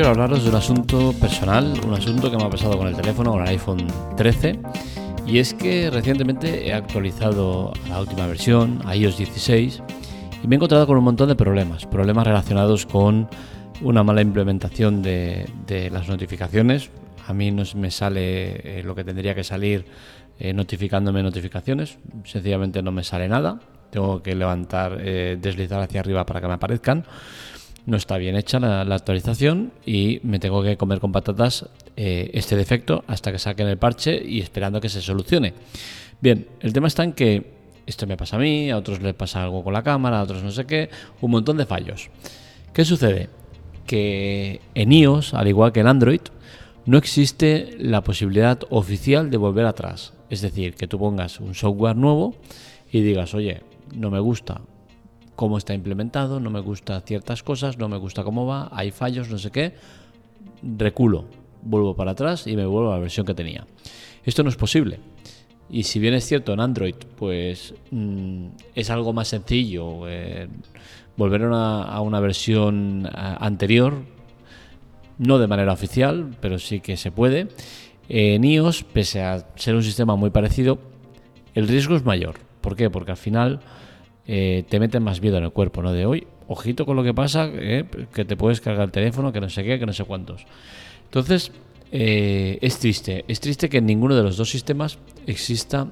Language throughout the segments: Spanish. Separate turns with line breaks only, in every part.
quiero hablaros de un asunto personal, un asunto que me ha pasado con el teléfono, con el iPhone 13, y es que recientemente he actualizado a la última versión, a iOS 16, y me he encontrado con un montón de problemas relacionados con una mala implementación de las notificaciones. A mí no me sale lo que tendría que salir notificándome notificaciones, sencillamente no me sale nada, tengo que deslizar hacia arriba para que me aparezcan. No está bien hecha la actualización y me tengo que comer con patatas este defecto hasta que saquen el parche y esperando que se solucione. Bien, el tema está en que esto me pasa a mí, a otros les pasa algo con la cámara, a otros no sé qué, un montón de fallos. ¿Qué sucede? Que en iOS, al igual que en Android, no existe la posibilidad oficial de volver atrás. Es decir, que tú pongas un software nuevo y digas, oye, no me gusta cómo está implementado, no me gusta ciertas cosas, no me gusta cómo va, hay fallos, no sé qué, reculo, vuelvo para atrás y me vuelvo a la versión que tenía. Esto no es posible. Y si bien es cierto en Android, pues es algo más sencillo volver a una versión anterior, no de manera oficial, pero sí que se puede. En iOS, pese a ser un sistema muy parecido, el riesgo es mayor. ¿Por qué? Porque al final te meten más miedo en el cuerpo, ¿no? De hoy, ojito con lo que pasa, que te puedes cargar el teléfono, que no sé qué, que no sé cuántos. Entonces, es triste que en ninguno de los dos sistemas exista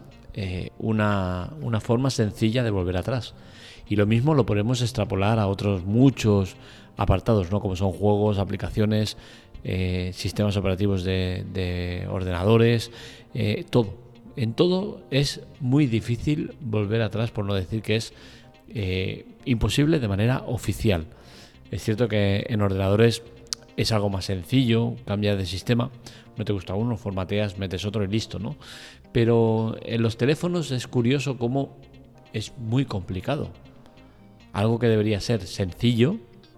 una forma sencilla de volver atrás. Y lo mismo lo podemos extrapolar a otros muchos apartados, ¿no? Como son juegos, aplicaciones, sistemas operativos de ordenadores, todo. En todo es muy difícil volver atrás, por no decir que es imposible de manera oficial. Es cierto que en ordenadores es algo más sencillo, cambiar de sistema, no te gusta uno, formateas, metes otro y listo, ¿no? Pero en los teléfonos es curioso cómo es muy complicado. Algo que debería ser sencillo,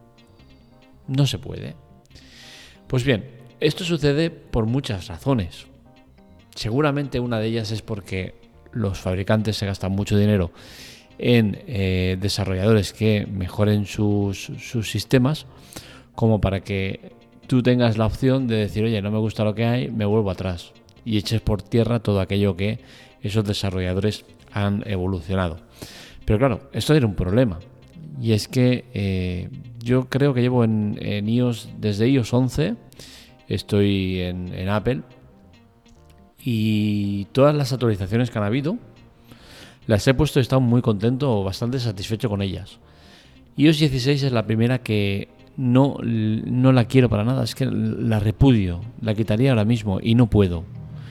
no se puede. Pues bien, esto sucede por muchas razones. Seguramente una de ellas es porque los fabricantes se gastan mucho dinero en desarrolladores que mejoren sus sistemas, como para que tú tengas la opción de decir, oye, no me gusta lo que hay, me vuelvo atrás, y eches por tierra todo aquello que esos desarrolladores han evolucionado. Pero claro, esto era un problema, y es que yo creo que llevo en iOS, desde iOS 11, estoy en Apple, y todas las actualizaciones que han habido las he puesto y he estado muy contento o bastante satisfecho con ellas. iOS 16 es la primera que no la quiero para nada, es que la repudio, la quitaría ahora mismo y no puedo.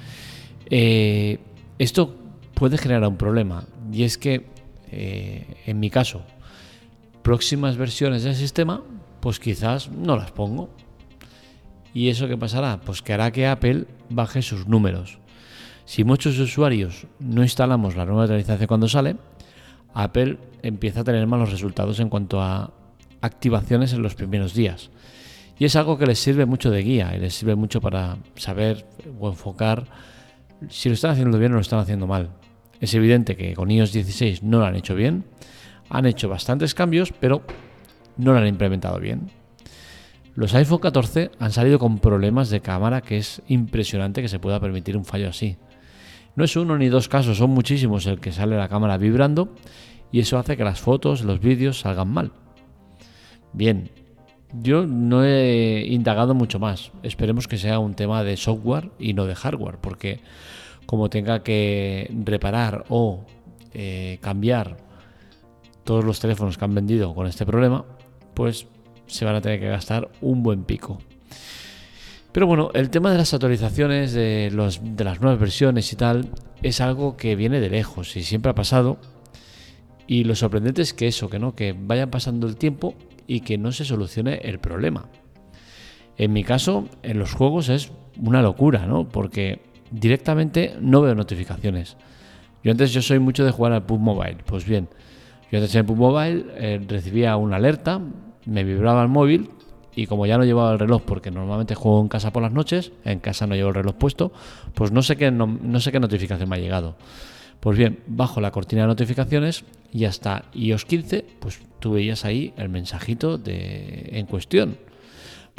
Esto puede generar un problema, y es que en mi caso, próximas versiones del sistema, pues quizás no las pongo. ¿Y eso qué pasará? Pues que hará que Apple baje sus números. Si muchos usuarios no instalamos la nueva actualización cuando sale, Apple empieza a tener malos resultados en cuanto a activaciones en los primeros días. Y es algo que les sirve mucho de guía y les sirve mucho para saber o enfocar si lo están haciendo bien o lo están haciendo mal. Es evidente que con iOS 16 no lo han hecho bien, han hecho bastantes cambios, pero no lo han implementado bien. Los iPhone 14 han salido con problemas de cámara que es impresionante que se pueda permitir un fallo así. No es uno ni dos casos, son muchísimos el que sale la cámara vibrando, y eso hace que las fotos, los vídeos salgan mal. Bien, yo no he indagado mucho más. Esperemos que sea un tema de software y no de hardware, porque como tenga que reparar o cambiar todos los teléfonos que han vendido con este problema, pues se van a tener que gastar un buen pico. Pero bueno, el tema de las actualizaciones de las nuevas versiones y tal es algo que viene de lejos y siempre ha pasado, y lo sorprendente es que que vayan pasando el tiempo y que no se solucione el problema. En mi caso, en los juegos es una locura, ¿no? Porque directamente no veo notificaciones. Yo soy mucho de jugar al PUBG Mobile. Pues bien, yo antes en el PUBG Mobile recibía una alerta, me vibraba el móvil, y como ya no llevaba el reloj, porque normalmente juego en casa por las noches, en casa no llevo el reloj puesto, pues no sé qué notificación me ha llegado. Pues bien, bajo la cortina de notificaciones y hasta iOS 15, pues tú veías ahí el mensajito en cuestión.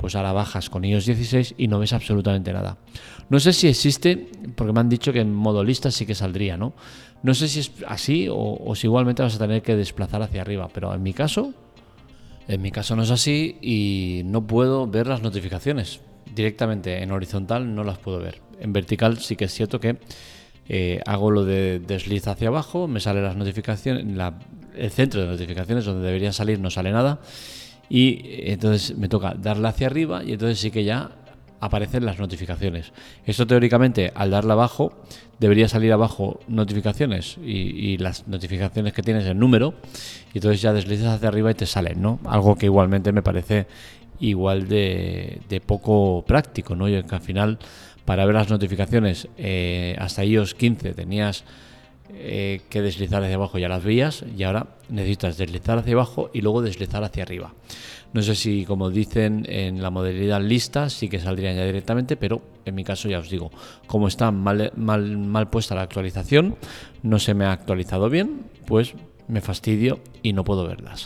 pues ahora bajas con iOS 16 y no ves absolutamente nada. No sé si existe, porque me han dicho que en modo lista sí que saldría, ¿no? No sé si es así o si igualmente vas a tener que desplazar hacia arriba, pero en mi caso no es así y no puedo ver las notificaciones. Directamente en horizontal no las puedo ver. En vertical sí que es cierto que hago lo de desliz hacia abajo, me salen las notificaciones, el centro de notificaciones donde debería salir no sale nada y entonces me toca darle hacia arriba y entonces sí que ya aparecen las notificaciones. Esto teóricamente al darle abajo debería salir abajo notificaciones y las notificaciones que tienes en número y entonces ya deslizas hacia arriba y te salen, ¿no? Algo que igualmente me parece igual de poco práctico, ¿no? Y que al final para ver las notificaciones hasta iOS 15 tenías que deslizar hacia abajo, ya las veías y ahora necesitas deslizar hacia abajo y luego deslizar hacia arriba. No sé si, como dicen en la modalidad lista, sí que saldrían ya directamente, pero en mi caso ya os digo, como está mal puesta la actualización, no se me ha actualizado bien, pues me fastidio y no puedo verlas.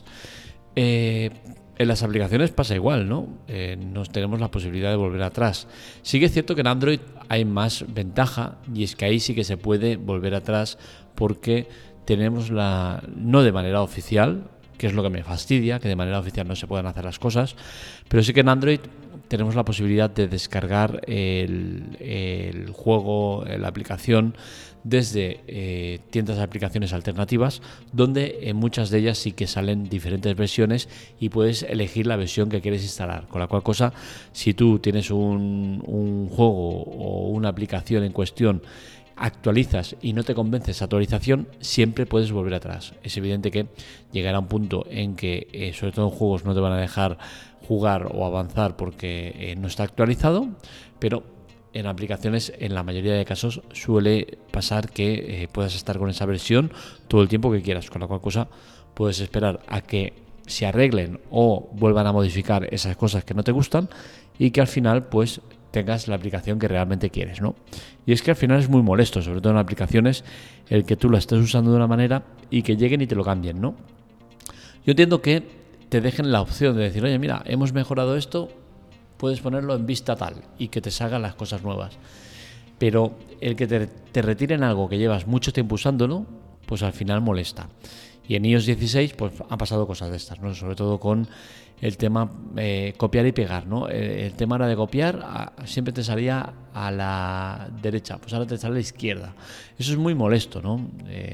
En las aplicaciones pasa igual, ¿no? Nos tenemos la posibilidad de volver atrás. Sí que es cierto que en Android hay más ventaja y es que ahí sí que se puede volver atrás porque tenemos no de manera oficial, que es lo que me fastidia, que de manera oficial no se puedan hacer las cosas, pero sí que en Android tenemos la posibilidad de descargar el juego, la aplicación, desde tiendas de aplicaciones alternativas, donde en muchas de ellas sí que salen diferentes versiones y puedes elegir la versión que quieres instalar. Con la cual cosa, si tú tienes un juego o una aplicación en cuestión, actualizas y no te convence esa actualización, siempre puedes volver atrás. Es evidente que llegará un punto en que, sobre todo en juegos, no te van a dejar jugar o avanzar porque no está actualizado, pero en aplicaciones, en la mayoría de casos, suele pasar que puedas estar con esa versión todo el tiempo que quieras, con la cual cosa puedes esperar a que se arreglen o vuelvan a modificar esas cosas que no te gustan y que al final pues tengas la aplicación que realmente quieres, ¿no? Y es que al final es muy molesto, sobre todo en aplicaciones, el que tú la estés usando de una manera y que lleguen y te lo cambien, ¿no? Yo entiendo que te dejen la opción de decir, oye, mira, hemos mejorado esto, puedes ponerlo en vista tal y que te salgan las cosas nuevas. Pero el que te retiren algo que llevas mucho tiempo usándolo, pues al final molesta. Y en iOS 16 pues han pasado cosas de estas, ¿no? Sobre todo con el tema copiar y pegar, ¿no? El tema era de copiar, siempre te salía a la derecha, pues ahora te sale a la izquierda. Eso es muy molesto, ¿no?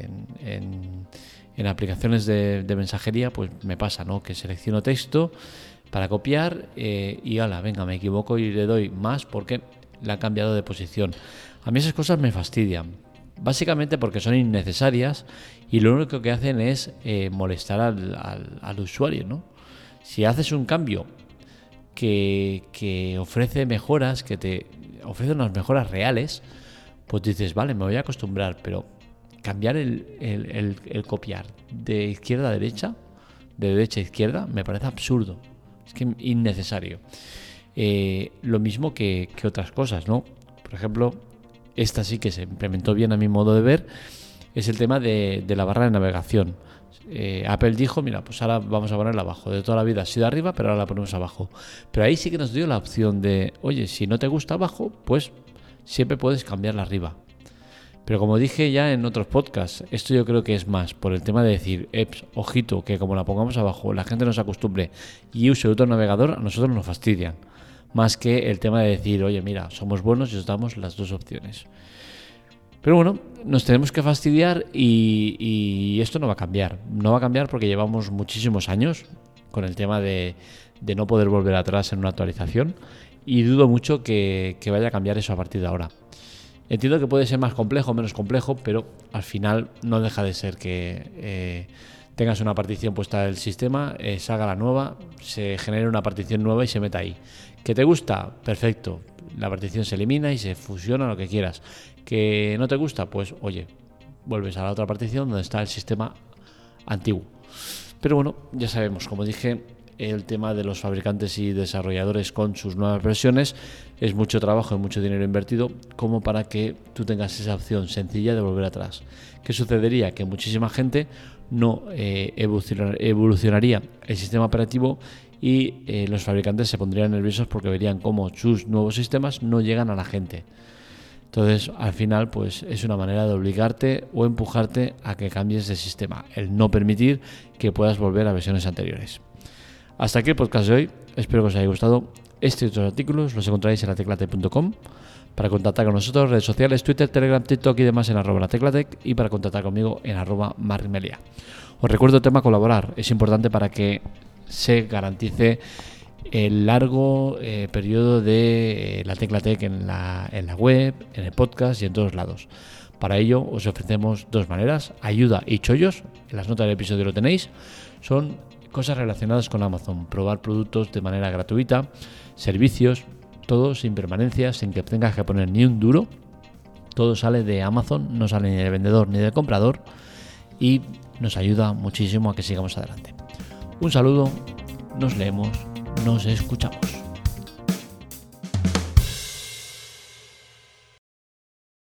En aplicaciones de mensajería pues me pasa, ¿no? Que selecciono texto para copiar y ala, venga, me equivoco y le doy más porque le ha cambiado de posición. A mí esas cosas me fastidian, básicamente porque son innecesarias y lo único que hacen es molestar al usuario, ¿no? Si haces un cambio que ofrece mejoras, que te ofrece unas mejoras reales, pues dices, vale, me voy a acostumbrar, pero cambiar el copiar de izquierda a derecha, de derecha a izquierda, me parece absurdo. Es que innecesario. Lo mismo que otras cosas, ¿no? Por ejemplo, esta sí que se implementó bien a mi modo de ver, es el tema de la barra de navegación. Apple dijo, mira, pues ahora vamos a ponerla abajo. De toda la vida ha sido arriba, pero ahora la ponemos abajo. Pero ahí sí que nos dio la opción de, oye, si no te gusta abajo, pues siempre puedes cambiarla arriba. Pero como dije ya en otros podcasts, esto yo creo que es más por el tema de decir, ojito, que como la pongamos abajo, la gente no se acostumbre y use otro navegador, a nosotros nos fastidian. Más que el tema de decir, oye, mira, somos buenos y os damos las dos opciones. Pero bueno, nos tenemos que fastidiar y esto no va a cambiar. No va a cambiar porque llevamos muchísimos años con el tema de no poder volver atrás en una actualización y dudo mucho que vaya a cambiar eso a partir de ahora. Entiendo que puede ser más complejo o menos complejo, pero al final no deja de ser que tengas una partición puesta del sistema, salga la nueva, se genere una partición nueva y se meta ahí. ¿Que te gusta? Perfecto. La partición se elimina y se fusiona lo que quieras. ¿Que no te gusta? Pues oye, vuelves a la otra partición donde está el sistema antiguo. Pero bueno, ya sabemos, como dije, el tema de los fabricantes y desarrolladores con sus nuevas versiones es mucho trabajo y mucho dinero invertido como para que tú tengas esa opción sencilla de volver atrás. ¿Qué sucedería? Que muchísima gente no evolucionaría el sistema operativo y los fabricantes se pondrían nerviosos porque verían cómo sus nuevos sistemas no llegan a la gente. Entonces, al final, pues es una manera de obligarte o empujarte a que cambies de sistema, el no permitir que puedas volver a versiones anteriores. Hasta aquí el podcast de hoy, espero que os haya gustado. Este y otros artículos los encontraréis en lateclatec.com. Para contactar con nosotros, redes sociales, Twitter, Telegram, TikTok y demás en @lateclatec, y para contactar conmigo en @markmelia. Os recuerdo el tema colaborar, es importante para que se garantice el largo periodo de la Teclatec en la web, en el podcast y en todos lados. Para ello os ofrecemos dos maneras: ayuda y chollos. En las notas del episodio lo tenéis. Son cosas relacionadas con Amazon, probar productos de manera gratuita, servicios, todo sin permanencia, sin que tengas que poner ni un duro. Todo sale de Amazon, no sale ni del vendedor ni del comprador, y nos ayuda muchísimo a que sigamos adelante. Un saludo, nos leemos, nos escuchamos.